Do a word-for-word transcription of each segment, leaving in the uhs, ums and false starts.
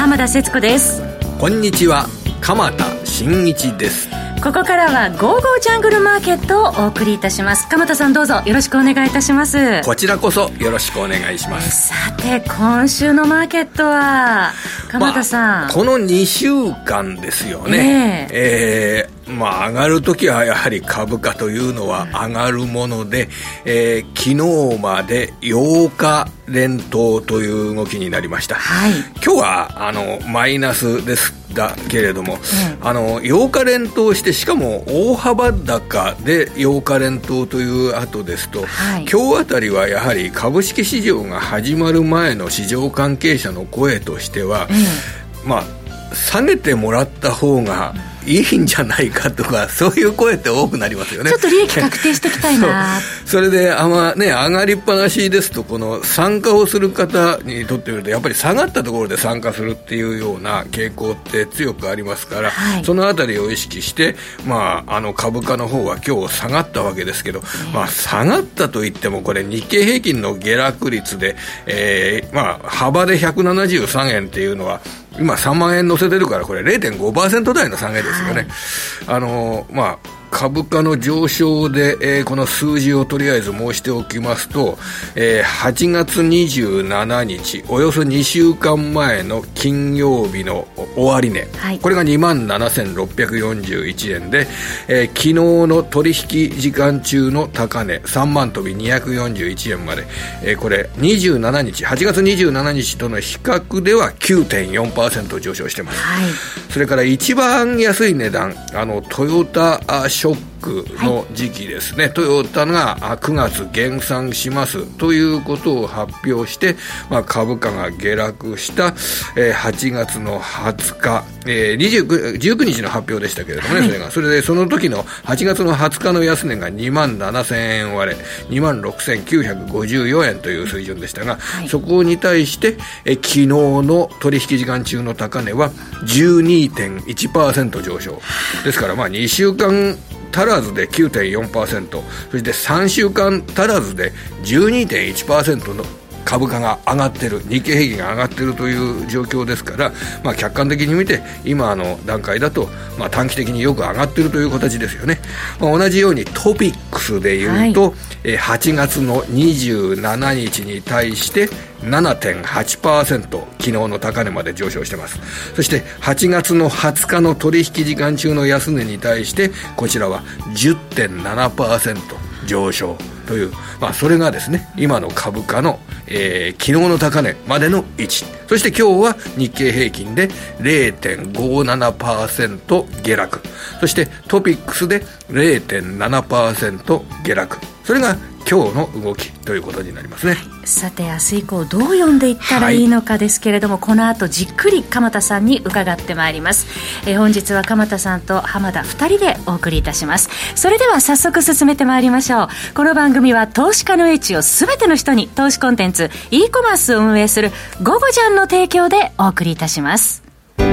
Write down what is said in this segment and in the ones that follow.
浜田節子です。 こんにちは、鎌田新一です。 ここからはゴーゴージャングルマーケットをお送りいたします。鎌田さん、どうぞよろしくお願いいたします。 こちらこそよろしくお願いします。 さて、今週のマーケットは鎌田さん、 まあ、このにしゅうかんですよね。えー、えーまあ、上がるときはやはり株価というのは上がるもので、えー、昨日までようか連投という動きになりました。はい、今日はあのマイナスですだけれども、うん、あのようか連投して、しかも大幅高でようか連投という後ですと、はい、今日あたりはやはり株式市場が始まる前の市場関係者の声としては、うん、まあ下げてもらった方がいいんじゃないかとか、そういう声って多くなりますよね。 ちょっと利益確定していきたいなそ, それであ、まあね、上がりっぱなしですと、この参加をする方にとってみると、やっぱり下がったところで参加するっていうような傾向って強くありますから、はい、そのあたりを意識して、まあ、あの株価の方は今日下がったわけですけど、まあ、下がったといってもこれ日経平均の下落率で、えーまあ、幅でひゃくななじゅうさんえんっていうのは今さんまんえん乗せてるから、これ れいてんごパーセント 台の下げですよね。はい、あのまあ株価の上昇で、えー、この数字をとりあえず申しておきますと、えー、はちがつにじゅうしちにち、およそにしゅうかんまえの金曜日の終値、はい、これが にまんななせんろっぴゃくよんじゅういちえんで、えー、昨日の取引時間中の高値さんまん飛びにひゃくよんじゅういちえんまで、えー、これにじゅうしちにち、はちがつにじゅうしちにちとの比較では きゅうてんよんパーセント 上昇してます。はい、それから一番安い値段、あのトヨタショックの時期ですね、はい、トヨタがくがつ減産しますということを発表して、まあ、株価が下落した、えー、はちがつのはつか、えー、じゅうくにちの発表でしたけれどもね、はい、それがそれでその時のはちがつのはつかの安値がにまんななせんえん割れ にまんろくせんきゅうひゃくごじゅうよえんという水準でしたが、はい、そこに対して、えー、昨日の取引時間中の高値は じゅうにてんいちパーセント 上昇ですから、まあ、にしゅうかん足らずで きゅうてんよんパーセント、 そしてさんしゅうかん足らずで じゅうにてんいちパーセント の株価が上がってる、日経平均が上がってるという状況ですから、まあ、客観的に見て今の段階だと、まあ、短期的によく上がってるという形ですよね。まあ、同じようにトピックスでいうと、はい、えはちがつのにじゅうしちにちに対して ななてんはちパーセント 昨日の高値まで上昇してます。そしてはちがつのはつかの取引時間中の安値に対してこちらは じゅってんななパーセント 上昇という、まあ、それがですね今の株価の、えー、昨日の高値までの位置。そして今日は日経平均で れいてんごななパーセント 下落、そしてトピックスで れいてんななパーセント 下落、それが今日の動きということになりますね。 さて、明日以降どう読んでいったらいいのかですけれども、はい、この後じっくり鎌田さんに伺ってまいります。えー、本日は鎌田さんと浜田ふたりでお送りいたします。それでは早速進めてまいりましょう。この番組は投資家の英知をすべての人に、投資コンテンツ e コマースを運営するゴゴジャンの提供でお送りいたします。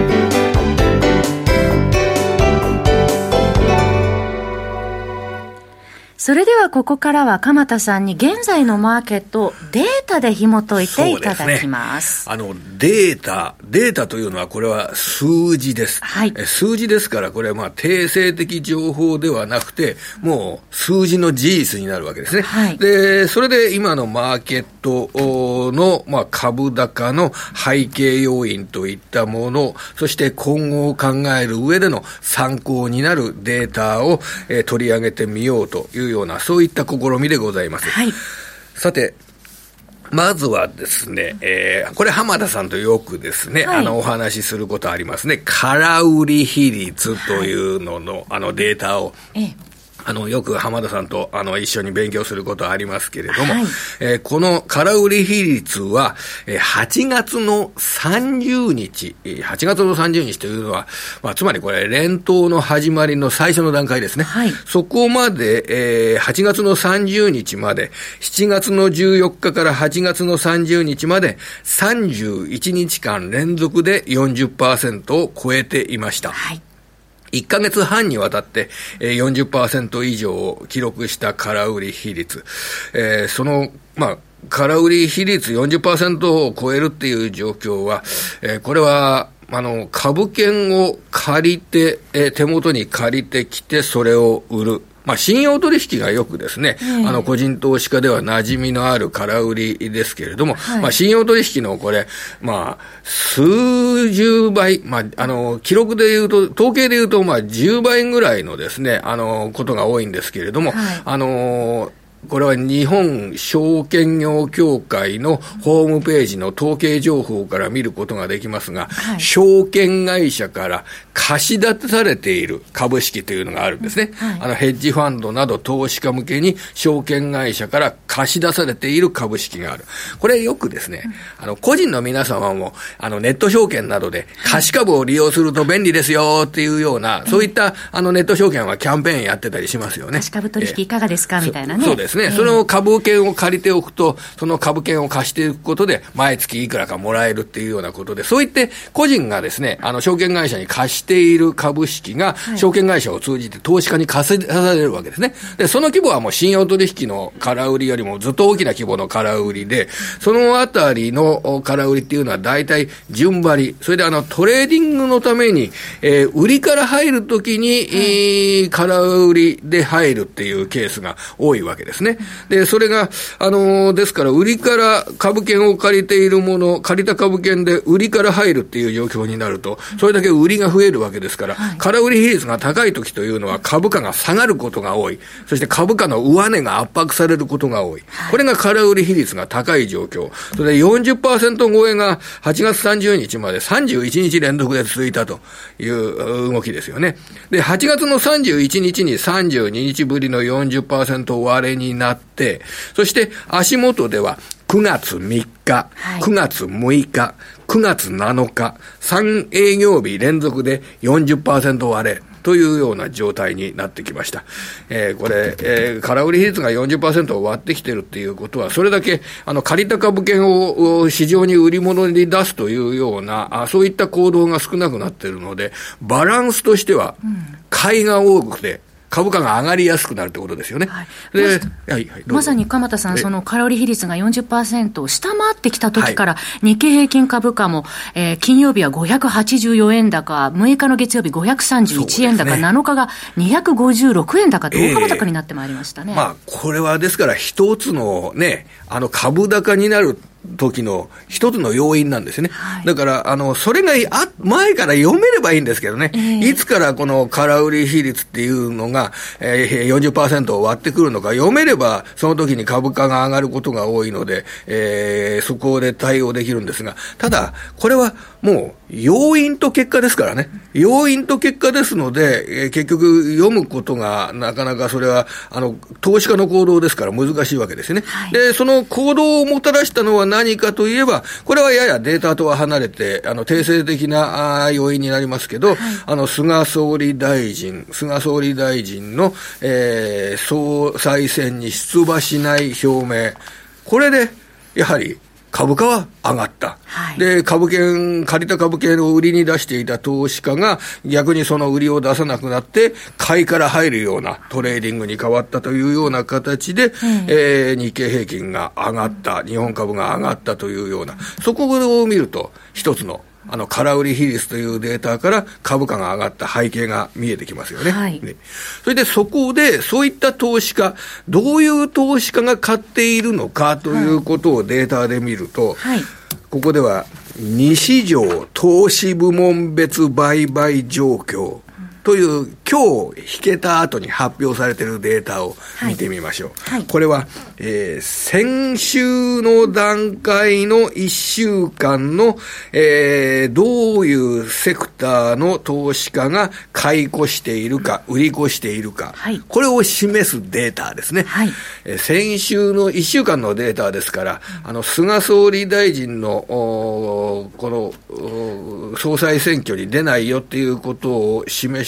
それではここからは鎌田さんに現在のマーケットをデータで紐解いていただきます。 そうですね、あのデータデータというのはこれは数字です、はい、え数字ですから、これはまあ定性的情報ではなくてもう数字の事実になるわけですね、はい、でそれで今のマーケットの、まあ、株高の背景要因といったもの、そして今後を考える上での参考になるデータを、えー、取り上げてみようというような、そういった試みでございます、はい、さてまずはですね、えー、これ浜田さんとよくですね、はい、あのお話しすることありますね。空売り比率というのの、はい、あのデータを、ええあの、よく浜田さんと、あの、一緒に勉強することはありますけれども、はい、えー、この空売り比率は、えー、はちがつのさんじゅうにち、はちがつのさんじゅうにちというのは、まあ、つまりこれ、連投の始まりの最初の段階ですね。はい、そこまで、えー、はちがつのさんじゅうにちまで、しちがつのじゅうよっかからはちがつのさんじゅうにちまで、さんじゅういちにちかん連続で よんじゅっパーセント を超えていました。はい、いっかげつはんにわたって よんじゅっパーセント 以上を記録した空売り比率、えー、そのまあ空売り比率 よんじゅっパーセント を超えるっていう状況は、えー、これはあの株券を借りて、えー、手元に借りてきてそれを売る。まあ、信用取引がよくですね、あの、個人投資家では馴染みのある空売りですけれども、はい、まあ、信用取引のこれ、まあ、数十倍、まあ、あの、記録で言うと、統計で言うと、まあ、じゅうばいぐらいのですね、あの、ことが多いんですけれども、はい、あの、これは日本証券業協会のホームページの統計情報から見ることができますが、はい、証券会社から貸し出されている株式というのがあるんですね、はい、あのヘッジファンドなど投資家向けに証券会社から貸し出されている株式がある。これよくですね、あの個人の皆様もあのネット証券などで貸し株を利用すると便利ですよっていうような、そういったあのネット証券はキャンペーンやってたりしますよね。 貸し株取引いかがですか、えー、みたいなね。 そうですね、えー、その株券を借りておくと、その株券を貸していくことで毎月いくらかもらえるっていうようなことで、そういって個人がですね、あの証券会社に貸している株式が証券会社を通じて投資家に貸されるわけですね。で、その規模はもう信用取引の空売りよりもずっと大きな規模の空売りで、そのあたりの空売りっていうのは大体順張り、それであのトレーディングのために、えー、売りから入るときに、えー、空売りで入るっていうケースが多いわけですね。で、それが、あのー、ですから、売りから株券を借りているもの、借りた株券で売りから入るっていう状況になると、それだけ売りが増えるわけですから、はい、空売り比率が高い時というのは株価が下がることが多い。そして株価の上値が圧迫されることが多い。これが空売り比率が高い状況。それで よんじゅっパーセント 超えがはちがつさんじゅうにちまでさんじゅういちにち連続で続いたという動きですよね。で、はちがつのさんじゅういちにちにさんじゅうににちぶりの よんじゅっパーセント 割れになって、そして足元ではくがつみっか、はい、くがつむいか、くがつなのか、さん営業日連続で よんじゅっパーセント 割れというような状態になってきました。えー、これ、えー、空売り比率が よんじゅっパーセント を割ってきてるっていうことは、それだけあの借りた株券を市場に売り物に出すというような、あそういった行動が少なくなっているので、バランスとしては買いが多くて、株価が上がりやすくなるということですよね。はい、で、はいはい、 まさに鎌田さん、その空売り比率が よんじゅっパーセント を下回ってきた時から、はい、日経平均株価も、えー、金曜日はごひゃくはちじゅうよえん高、むいかの月曜日ごひゃくさんじゅういちえん高、ね、なのかがにひゃくごじゅうろくえん高と大幅高になってまいりましたね。 えー、まあ、これはですから一つのね、あの株高になる時の一つの要因なんですよね。はい、だから、あの、それがあ前から読めればいいんですけどね、えー、いつからこの空売り比率っていうのが、えー、よんじゅっパーセント を割ってくるのか読めれば、その時に株価が上がることが多いので、えー、そこで対応できるんですが、ただ、これはもう、要因と結果ですからね。要因と結果ですので、えー、結局読むことがなかなかそれは、あの、投資家の行動ですから難しいわけですよね。はい、で、その行動をもたらしたのは何かといえば、これはややデータとは離れて、あの、定性的な要因になりますけど、はい、あの、菅総理大臣、菅総理大臣の、えー、総裁選に出馬しない表明。これで、やはり、株価は上がった。はい、で、株券、借りた株券を売りに出していた投資家が逆にその売りを出さなくなって、買いから入るようなトレーディングに変わったというような形で、うんえー、日経平均が上がった、日本株が上がったというような、そこを見ると一つのあの、空売り比率というデータから株価が上がった背景が見えてきますよね。はい、ねそれでそこで、そういった投資家、どういう投資家が買っているのかということをデータで見ると、はい、ここでは、に市場投資部門別売買状況という今日引けた後に発表されているデータを見てみましょう。はいはい、これは、えー、先週の段階のいっしゅうかんの、えー、どういうセクターの投資家が買い越しているか、売り越しているか、はい、これを示すデータですね。はいえー、先週のいっしゅうかんのデータですから、あの菅総理大臣のこの総裁選挙に出ないよっていうことを示し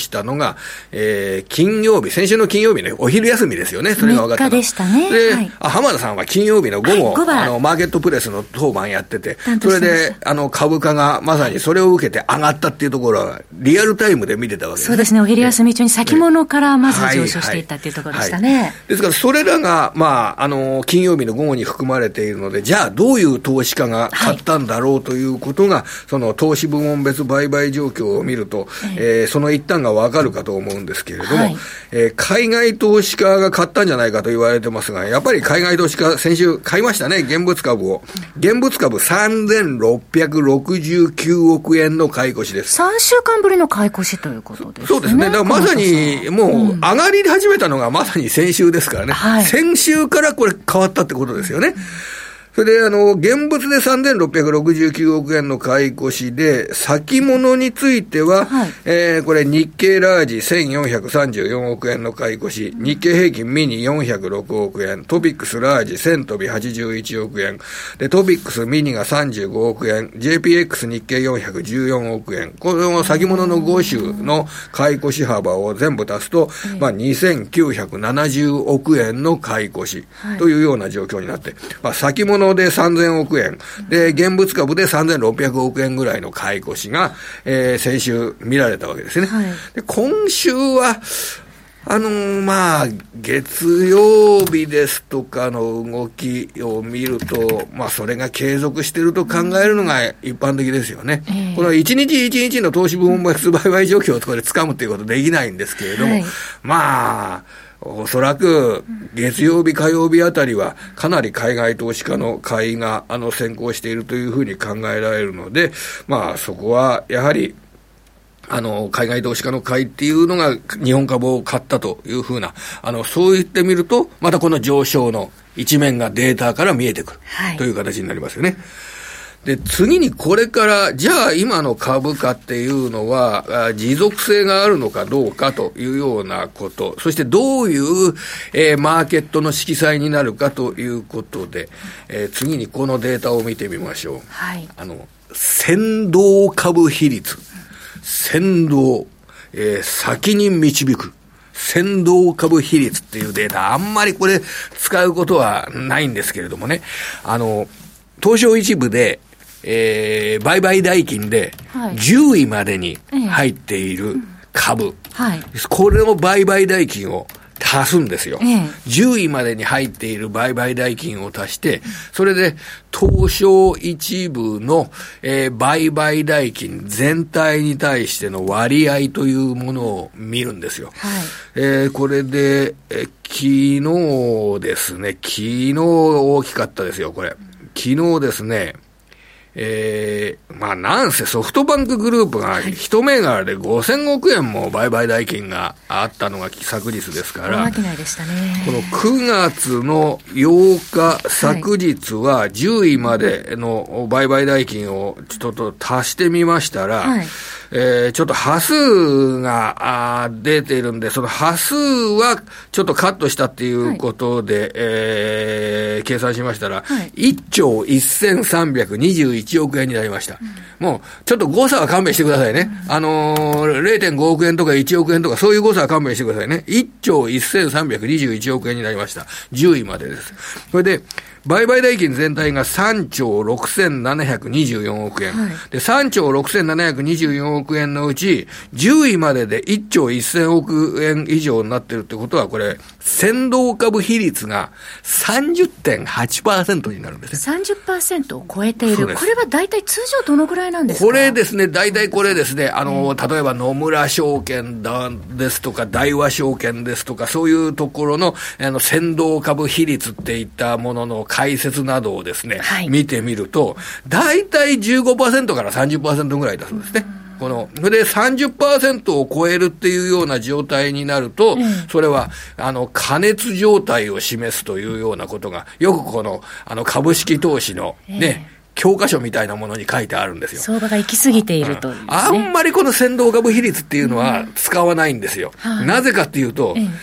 したのが、えー、金曜日、先週の金曜日ね、お昼休みですよね、それが分かったの。 みっかでしたね。 で、 はい、 あ浜田さんは金曜日の午後、はい、あのマーケットプレスの当番やってて、それであの株価がまさにそれを受けて上がったっていうところはリアルタイムで見てたわけですね。 そうですね、お昼休み中に先物からまず上昇していったっていうところでしたね。はいはいはい、 ですからそれらが、まあ、あの金曜日の午後に含まれているので、じゃあどういう投資家が買ったんだろうということが、はい、その投資部門別売買状況を見ると、えーえー、その一端がわかるかと思うんですけれども、はい、えー、海外投資家が買ったんじゃないかと言われてますが、やっぱり海外投資家先週買いましたね、現物株を。現物株さんぜんろっぴゃくろくじゅうきゅうおくえんの買い越しです。 さんしゅうかんぶりの買い越しということですね。 そうですね。だからまさにもう上がり始めたのがまさに先週ですからね。はい、先週からこれ変わったってことですよね。うん、それで、あの、現物でさんぜんろっぴゃくろくじゅうきゅうおくえんの買い越しで、先物については、はい、えー、これ日経ラージせんよんひゃくさんじゅうよんおくえんの買い越し、日経平均ミニよんひゃくろくおくえん、トピックスラージせん飛びはちじゅういちおくえん、で、トピックスミニがさんじゅうごおくえん、ジェーピーエックス 日経よんひゃくじゅうよんおくえん、この先物のご種の買い越し幅を全部足すと、まあ、にせんきゅうひゃくななじゅうおくえんの買い越しというような状況になって、まあ、先物でさんぜんおくえんで、現物株でさんぜんろっぴゃくおくえんぐらいの買い越しが、えー、先週見られたわけですね。はい、で今週はあのー、まあ月曜日ですとかの動きを見ると、まあそれが継続していると考えるのが一般的ですよね。えー、この一日一日の投資部門別売買状況をこれ掴むということできないんですけれども、はい、まあおそらく月曜日火曜日あたりはかなり海外投資家の買いがあの先行しているというふうに考えられるので、まあそこはやはりあの海外投資家の買いっていうのが日本株を買ったというふうな、あのそう言ってみるとまたこの上昇の一面がデータから見えてくるという形になりますよね。はい、で次にこれからじゃあ今の株価っていうのは持続性があるのかどうかというようなこと、そしてどういう、えー、マーケットの色彩になるかということで、えー、次にこのデータを見てみましょう。はい、あの先導株比率、先導、えー、先に導く先導株比率っていうデータ、あんまりこれ使うことはないんですけれどもね、あの東証一部でえー、売買代金でじゅういまでに入っている株、はいはい、これの売買代金を足すんですよ、ええ、じゅういまでに入っている売買代金を足して、それで東証一部の、えー、売買代金全体に対しての割合というものを見るんですよ、はい、えー、これで、えー、昨日ですね、昨日大きかったですよこれ。昨日ですね、えー、まあなんせソフトバンクグループが一銘柄でごせんおくえんも売買代金があったのが昨日ですから、 商いでしたね。 このくがつのようか昨日はじゅういまでの売買代金をちょっと足してみましたら、はい、えー、ちょっと端数があ出ているんで、その端数はちょっとカットしたっていうことで、はい、えー、計算しましたら、はい、いっちょうせんさんびゃくにじゅういちおくえんになりました、うん、もうちょっと誤差は勘弁してくださいね、うん、あのー、れいてんごおくえんとかいちおくえんとかそういう誤差は勘弁してくださいね。いっちょうせんさんびゃくにじゅういちおくえんになりました。じゅういまでです。それで売買代金全体がさんちょうろくせんななひゃくにじゅうよんおくえん、はい、でさんちょうろくせんななひゃくにじゅうよんおくえんのうちじゅういまででいっちょうせんおくえん以上になってるってことは、これ先導株比率が さんじゅってんはちパーセント になるんですね。 さんじゅっパーセント を超えている。これは大体通常どのぐらいなんですか？ これですね、大体これですね、あの、例えば野村証券だですとか大和証券ですとか、そういうところのあの先導株比率っていったものの解説などをですね、はい、見てみると大体 じゅうごパーセント から さんじゅっパーセント ぐらいだそうですね。このそれで さんじゅっパーセント を超えるっていうような状態になると、うん、それはあの過熱状態を示すというようなことがよくこのあの株式投資のね、えー教科書みたいなものに書いてあるんですよ。 相場が行き過ぎているという、ね、 あんまりこの先導株比率っていうのは使わないんですよ、うんはい、なぜかっていうと、ええ、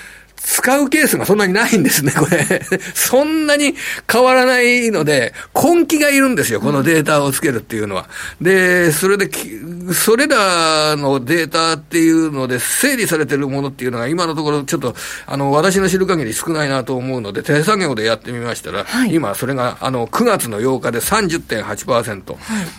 使うケースがそんなにないんですね、これ。そんなに変わらないので、根気がいるんですよ、このデータをつけるっていうのは。で、それで、それらのデータっていうので整理されてるものっていうのが今のところちょっと、あの、私の知る限り少ないなと思うので、手作業でやってみましたら、はい、今それが、あの、くがつのようかで さんじゅってんはちパーセント。はい、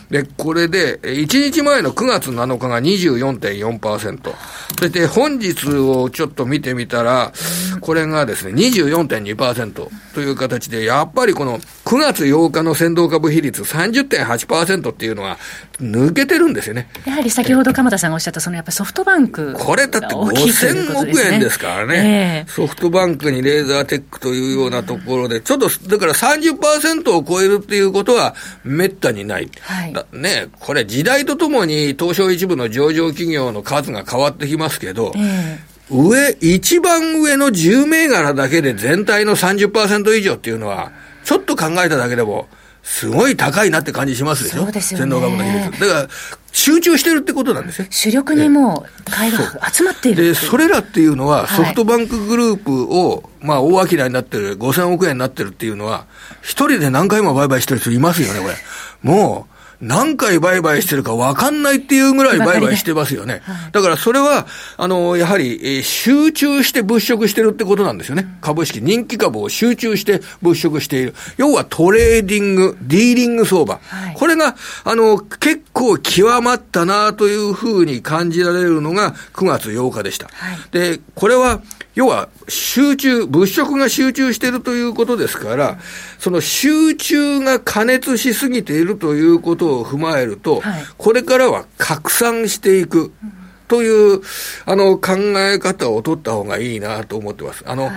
で、これで、いちにちまえのくがつなのかが にじゅうよんてんよんパーセント。そして本日をちょっと見てみたら、これがですね、にじゅうよんてんにパーセント という形で、やっぱりこのくがつようかの先導株比率 さんじゅってんはちパーセント っていうのは抜けてるんですよね。 やはり先ほど鎌田さんがおっしゃったそのやっぱりソフトバンク、 これだってごせんおくえんですからね、えー、ソフトバンクにレーザーテックというようなところで、ちょっとだから さんじゅっパーセント を超えるっていうことはめったにない、はい、だね、これ時代とともに東証一部の上場企業の数が変わってきますけど、えー上、一番上のじゅうめいがらだけで全体の さんじゅっパーセント 以上っていうのは、ちょっと考えただけでも、すごい高いなって感じしますでしょ。 そうですよね。 先導株の比率。だから、集中してるってことなんですよ。 主力にもう、買いが集まっているで、それらっていうのは、ソフトバンクグループを、まあ、大商いになってる、ごせんおくえんになってるっていうのは、一人で何回も売買してる人いますよね、これ。もう、何回売買してるか分かんないっていうぐらい売買してますよね。だからそれは、あの、やはり、えー、集中して物色してるってことなんですよね。株式、人気株を集中して物色している。要はトレーディング、ディーリング相場。はい、これが、あの、結構極まったなというふうに感じられるのがくがつようかでした。はい、で、これは、要は集中、物色が集中しているということですから、その集中が過熱しすぎているということを踏まえると、はい、これからは拡散していくという、あの考え方を取った方がいいなと思ってます。あの、はい、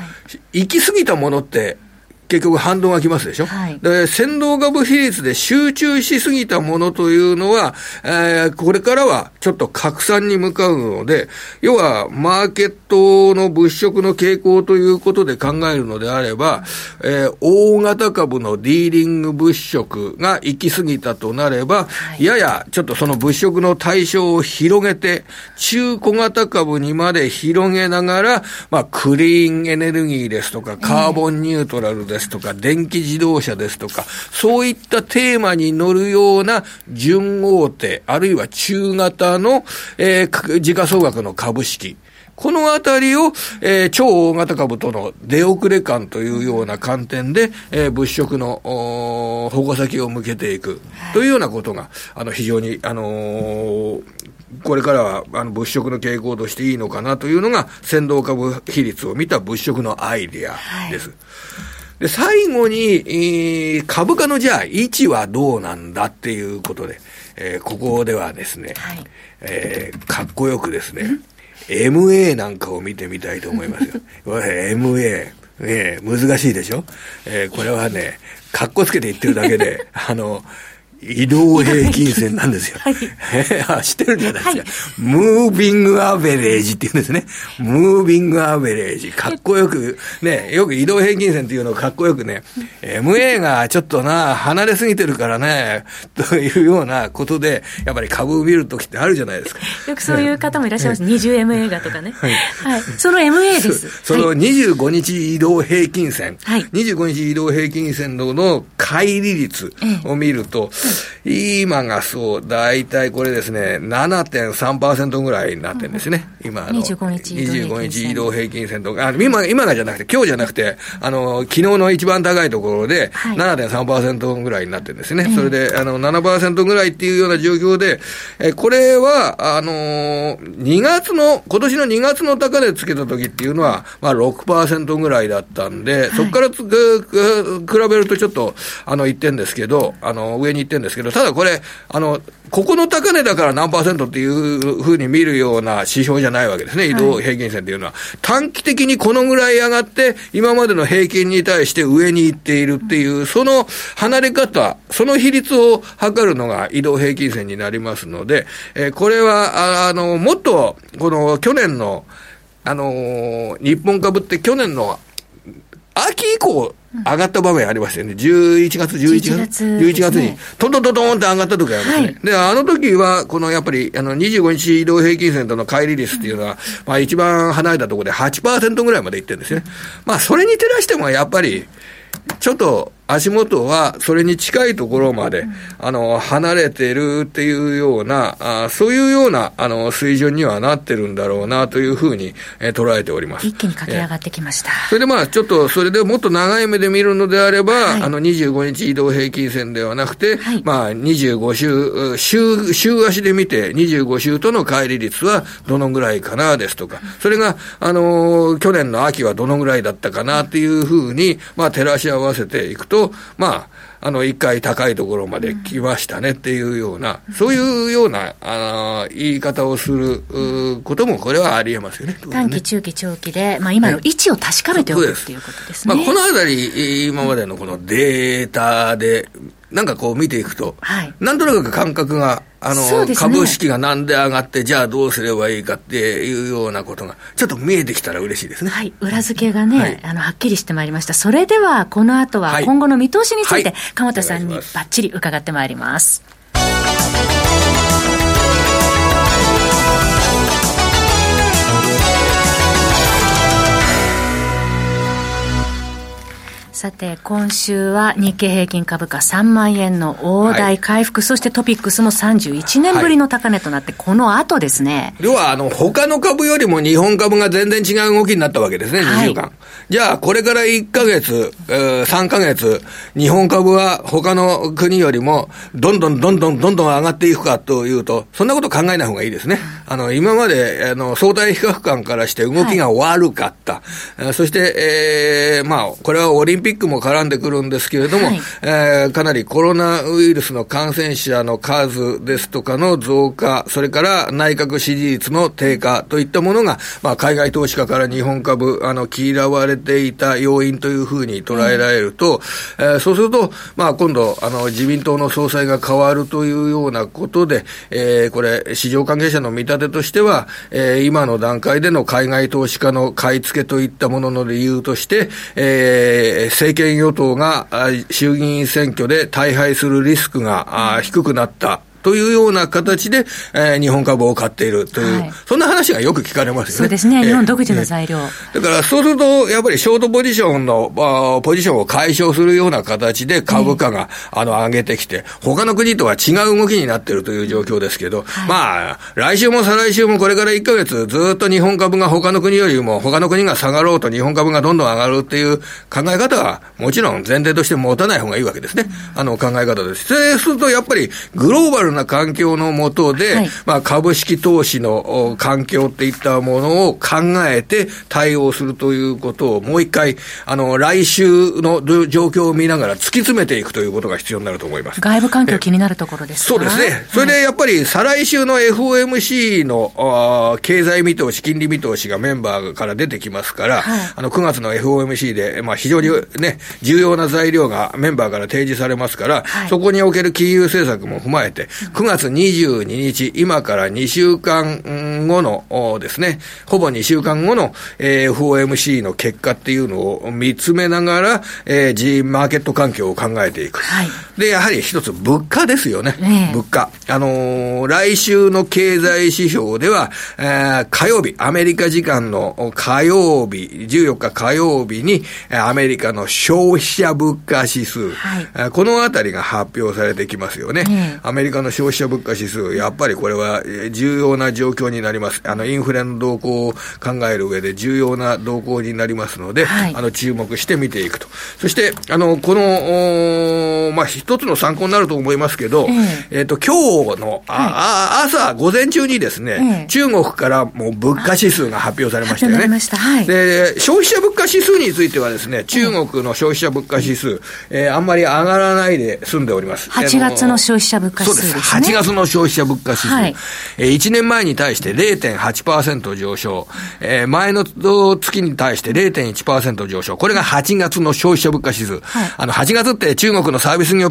行き過ぎたものって結局反動がきますでしょ、はい、で、先導株比率で集中しすぎたものというのは、えー、これからはちょっと拡散に向かうので、要はマーケットの物色の傾向ということで考えるのであれば、えー、大型株のディーリング物色が行き過ぎたとなれば、はい、ややちょっとその物色の対象を広げて、中小型株にまで広げながら、まあ、クリーンエネルギーですとか、カーボンニュートラルですですとか電気自動車ですとか、そういったテーマに乗るような準大手あるいは中型の、えー、時価総額の株式、このあたりを、えー、超大型株との出遅れ感というような観点で、えー、物色の矛先を向けていくというようなことが、あの非常に、あのーこれからはあの物色の傾向としていいのかなというのが先導株比率を見た物色のアイデアです。はい、で、最後に、えー、株価のじゃあ位置はどうなんだっていうことで、えー、ここではですね、はい、えー、かっこよくですね、エムエー なんかを見てみたいと思いますよ。エムエー、ね、難しいでしょ、えー、これはね、かっこつけて言ってるだけで、あの、移動平均線なんですよ。はい、知ってるんじゃないですか。はい、ムービングアベレージって言うんですね。ムービングアベレージ。かっこよく、ね、よく移動平均線っていうのをかっこよくね、エムエー がちょっとな、離れすぎてるからね、というようなことで、やっぱり株を見るときってあるじゃないですか。 よくそういう方もいらっしゃいます。にじゅうエムエー がとかね。はい。はい。その エムエー です。 そ, そのにじゅうごにち移動平均線。はい。にじゅうごにち移動平均線のの乖離率を見ると、今がそう、だいたいこれですね、ななてんさんパーセント ぐらいになってるんですね。うん、今の。 にじゅうごにち移動平均線。 にじゅうごにち移動平均線とか、あ今、今がじゃなくて、今日じゃなくて、あの、昨日の一番高いところで、ななてんさんパーセント ぐらいになってるんですね。はい、それで、あの、ななパーセント ぐらいっていうような状況で、え、これは、あの、にがつの、今年のにがつの高値つけた時っていうのは、まあ ろくパーセント ぐらいだったんで、はい、そこからつ比べるとちょっと、あの、いってんですけど、あの、上にいってんですけど、ただこれ、あの、ここの高値だから何パーセントっていうふうに見るような指標じゃないわけですね。移動平均線っていうのは。はい、短期的にこのぐらい上がって、今までの平均に対して上に行っているっていう、その離れ方、その比率を測るのが移動平均線になりますので、えー、これは、あ, あの、もっと、この去年の、あのー、日本株って去年の秋以降、上がった場面ありましたよね。じゅういちがつ、じゅういちがつ、じゅういちがつに、トントントントンって上がった時ありますね。はい、で、あの時は、このやっぱり、あの、にじゅうごにち移動平均線との乖離率っていうのは、まあ一番離れたところで はちパーセント ぐらいまでいってるんですね。まあそれに照らしてもやっぱり、ちょっと足元はそれに近いところまで、うん、あの離れてるっていうようなあそういうようなあの水準にはなってるんだろうなというふうに、えー、捉えております。 一気に駆け上がってきました。 それでまあちょっとそれでもっと長い目で見るのであれば、はい、あのにじゅうごにち移動平均線ではなくて、はい、まあにじゅうご週週週足で見てにじゅうご週との乖離率はどのぐらいかなですとか、それがあのー、去年の秋はどのぐらいだったかなっていうふうにまあ照らし合わせていくと、まああの、一回高いところまで来ましたねっていうような、うん、そういうような、あの、言い方をすることも、これはありえますよね。 短期、中期、長期で、まあ今の位置を確かめておくっていうことですね。 まあこのあたり、今までのこのデータで、なんかこう見ていくと、はい、なんとなく感覚が、あの、ね、株式がなんで上がって、じゃあどうすればいいかっていうようなことが、ちょっと見えてきたら嬉しいですね。 はい。裏付けがね、はい、あの、はっきりしてまいりました。それでは、この後は今後の見通しについて、はい、鎌田さんにバッチリ伺ってまいります。さて、今週は日経平均株価さんまんえんの大台回復、はい、そしてトピックスもさんじゅういちねんぶりの高値となって、はい、この後ですね。 要は、あの、他の株よりも日本株が全然違う動きになったわけですね、にしゅうかん。はい、じゃあ、これからいっかげつ、えー、さんかげつ、日本株は他の国よりも、どんどんどんどんどんどん上がっていくかというと、そんなこと考えない方がいいですね。あの、今まで、あの、相対比較感からして動きが悪かった。はい、そして、えー、まあ、これはオリンピックピックも絡んでくるんですけれども、はい、えー、かなりコロナウイルスの感染者の数ですとかの増加、それから内閣支持率の低下といったものが、まあ、海外投資家から日本株、あの、嫌われていた要因というふうに捉えられると、うん、えー、そうすると、まあ、今度、あの、自民党の総裁が変わるというようなことで、えー、これ、市場関係者の見立てとしては、えー、今の段階での海外投資家の買い付けといったものの理由として、えー、政権与党が衆議院選挙で大敗するリスクが低くなったというような形で、えー、日本株を買っているという、はい、そんな話がよく聞かれますよね。 そうですね、えー、日本独自の材料、 えー、だからそうするとやっぱりショートポジションのあポジションを解消するような形で株価が、えー、あの上げてきて、他の国とは違う動きになっているという状況ですけど、はい、まあ来週も再来週もこれからいっかげつずっと日本株が他の国よりも他の国が下がろうと日本株がどんどん上がるっていう考え方はもちろん前提として持たない方がいいわけですね、うん、あの考え方です。そうするとやっぱりグローバルな環境の下で、はい、まあ、株式投資の環境っていったものを考えて対応するということをもう一回、あの、来週の状況を見ながら突き詰めていくということが必要になると思います。 外部環境気になるところですか？ そうですね。それでやっぱり再来週の エフオーエムシー の経済見通し、金利見通しがメンバーから出てきますから、はい、あのくがつの エフオーエムシー で、まあ、非常にね、重要な材料がメンバーから提示されますから、はい、そこにおける金融政策も踏まえて、くがつにじゅうににち、今からにしゅうかんごのですね、ほぼにしゅうかんごの エフオーエムシー の結果っていうのを見つめながら、えー、G マーケット環境を考えていく。はい、で、やはり一つ物価ですよね。ね、物価。あのー、来週の経済指標では、えー、火曜日、アメリカ時間の火曜日、じゅうよっか火曜日に、アメリカの消費者物価指数、はい、このあたりが発表されてきますよね。ね、アメリカの消費者物価指数、やっぱりこれは重要な状況になります。あの、インフレの動向を考える上で重要な動向になりますので、はい、あの、注目して見ていくと。そして、あの、この、まあ、一つの参考になると思いますけど、えー、えーと、今日の、あ、はい、朝、午前中にですね、えー、中国からもう物価指数が発表されましたよね。はい、で、消費者物価指数についてはですね、中国の消費者物価指数、えー、あんまり上がらないで済んでおります。 はちがつの消費者物価指数ですね。 そうです。はちがつの消費者物価指数、はい、えー、いちねんまえに対して れいてんはちパーセント 上昇、えー、前の月に対して れいてんいちパーセント 上昇。これがはちがつの消費者物価指数、はい、あのはちがつって中国のサービス業 ピ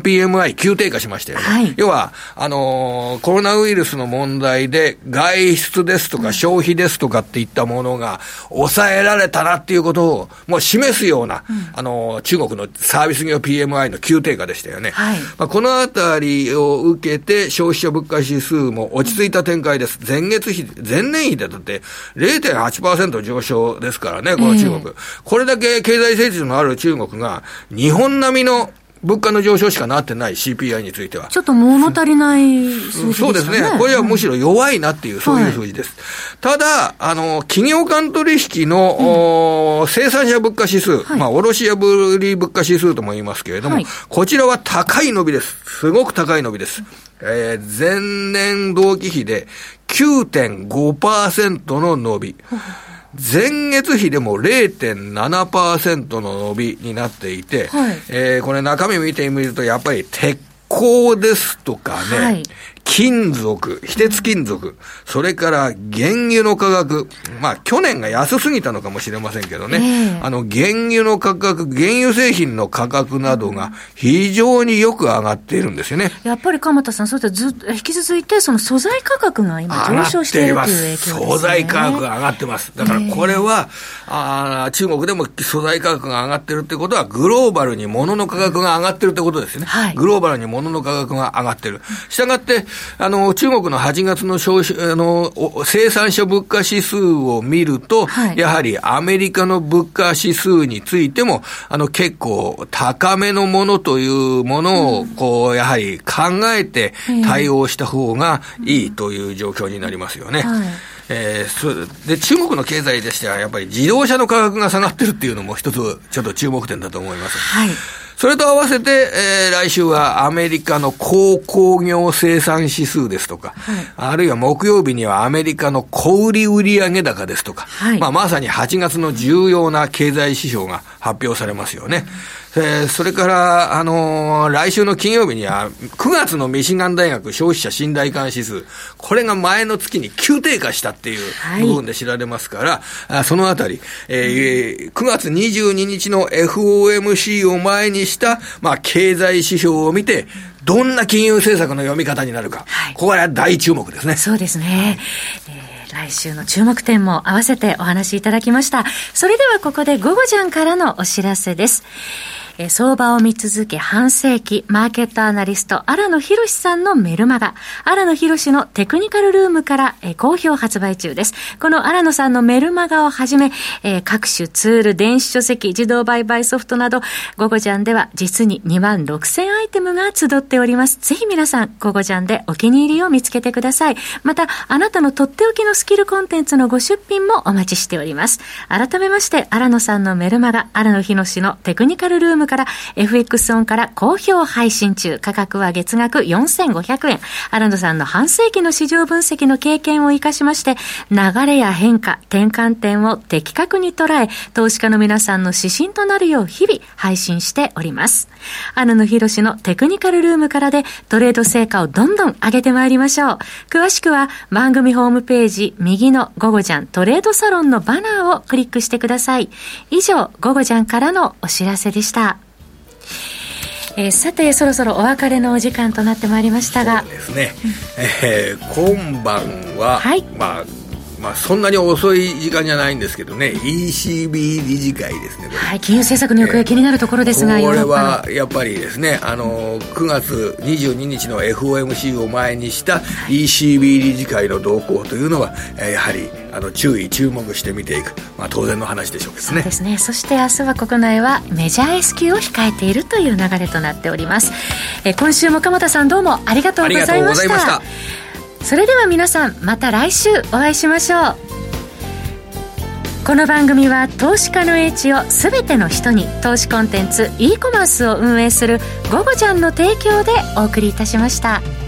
ピーエムアイ 急低下しましたよね。はい、要は、あのー、コロナウイルスの問題で外出ですとか消費ですとかっていったものが抑えられたなっていうことをもう示すような、うん、あのー、中国のサービス業 ピーエムアイ の急低下でしたよね。はい、まあ、このあたりを受けて消費者物価指数も落ち着いた展開です。前月比、前年比でだって れいてんはちパーセント 上昇ですからね、この中国。えー、これだけ経済成長のある中国が日本並みの物価の上昇しかなってない シーピーアイ については。 ちょっと物足りない数字ですね。 そうですね。これはむしろ弱いなっていう、うん、そういう数字です。はい、ただ、あの、企業間取引の、うん、生産者物価指数、はい、まあ、卸屋売り物価指数とも言いますけれども、はい、こちらは高い伸びです。すごく高い伸びです。えー、前年同期比で きゅうてんごパーセント の伸び。前月比でも れいてんななパーセント の伸びになっていて、はい、えー、これ中身見てみるとやっぱり鉄鋼ですとかね、はい、金属、非鉄金属、それから原油の価格、まあ去年が安すぎたのかもしれませんけどね、えー、あの原油の価格、原油製品の価格などが非常によく上がっているんですよね。 やっぱり鎌田さん、そうやってずっと引き続いてその素材価格が今上昇しているという影響ですね。 素材価格が上がってます。だからこれは、えー、あ中国でも素材価格が上がってるってことはグローバルに物の価格が上がってるってことですね。はい、グローバルに物の価格が上がってる。したがってあの中国のはちがつの消費あの生産者物価指数を見ると、はい、やはりアメリカの物価指数についてもあの結構高めのものというものをこうやはり考えて対応した方がいいという状況になりますよね。はい、えー、で中国の経済でしてはやっぱり自動車の価格が下がってるっていうのも一つちょっと注目点だと思います。はい、それと合わせて、えー、来週はアメリカの鉱工業生産指数ですとか、はい、あるいは木曜日にはアメリカの小売売上高ですとか、はい、まあ、まさにはちがつの重要な経済指標が発表されますよね。えー、それから、あのー、来週の金曜日にはくがつのミシガン大学消費者信頼感指数、これが前の月に急低下したっていう部分で知られますから、はい、そのあたり、えー、くがつにじゅうににちの エフオーエムシー を前にした、まあ、経済指標を見てどんな金融政策の読み方になるか、はい、ここは大注目ですね。 そうですね、えー、来週の注目点も合わせてお話しいただきました。それではここでゴゴジャンからのお知らせです。え相場を見続け半世紀、マーケットアナリスト荒野博さんのメルマガ、荒野博のテクニカルルームからえ好評発売中です。この荒野さんのメルマガをはじめ、えー、各種ツール、電子書籍、自動売買ソフトなど、ゴゴジャンでは実ににまんろくせんアイテムが集っております。ぜひ皆さん、ゴゴジャンでお気に入りを見つけてください。また、あなたのとっておきのスキルコンテンツのご出品もお待ちしております。改めまして、荒野さんのメルマガ、荒野博のテクニカルルームから エフエックス オンから好評配信中。価格は月額よんせんごひゃくえん。荒野さんの半世紀の市場分析の経験を生かしまして、流れや変化、転換点を的確に捉え、投資家の皆さんの指針となるよう日々配信しております。荒野博のテクニカルルームからでトレード成果をどんどん上げてまいりましょう。詳しくは番組ホームページ右のゴゴジャントレードサロンのバナーをクリックしてください。以上、ゴゴジャンからのお知らせでした。えー、さてそろそろお別れのお時間となってまいりましたが、 そうですね、えー、今晩は、はい、まあまあ、そんなに遅い時間じゃないんですけどね、 イーシービー 理事会ですね。 はい、金融政策の行方、えー、気になるところですが、 これはやっぱりですね、あのくがつにじゅうににちの エフオーエムシー を前にした イーシービー 理事会の動向というのは、えー、やはりあの注意注目して見ていく、まあ、当然の話でしょうですね。 そうですね。そして明日は国内はメジャー S q を控えているという流れとなっております。えー、今週も鎌田さんどうもありがとうございました。ありがとうございました。それでは皆さん、また来週お会いしましょう。この番組は投資家の英知をすべての人に、投資コンテンツ e コマースを運営するゴゴジャンの提供でお送りいたしました。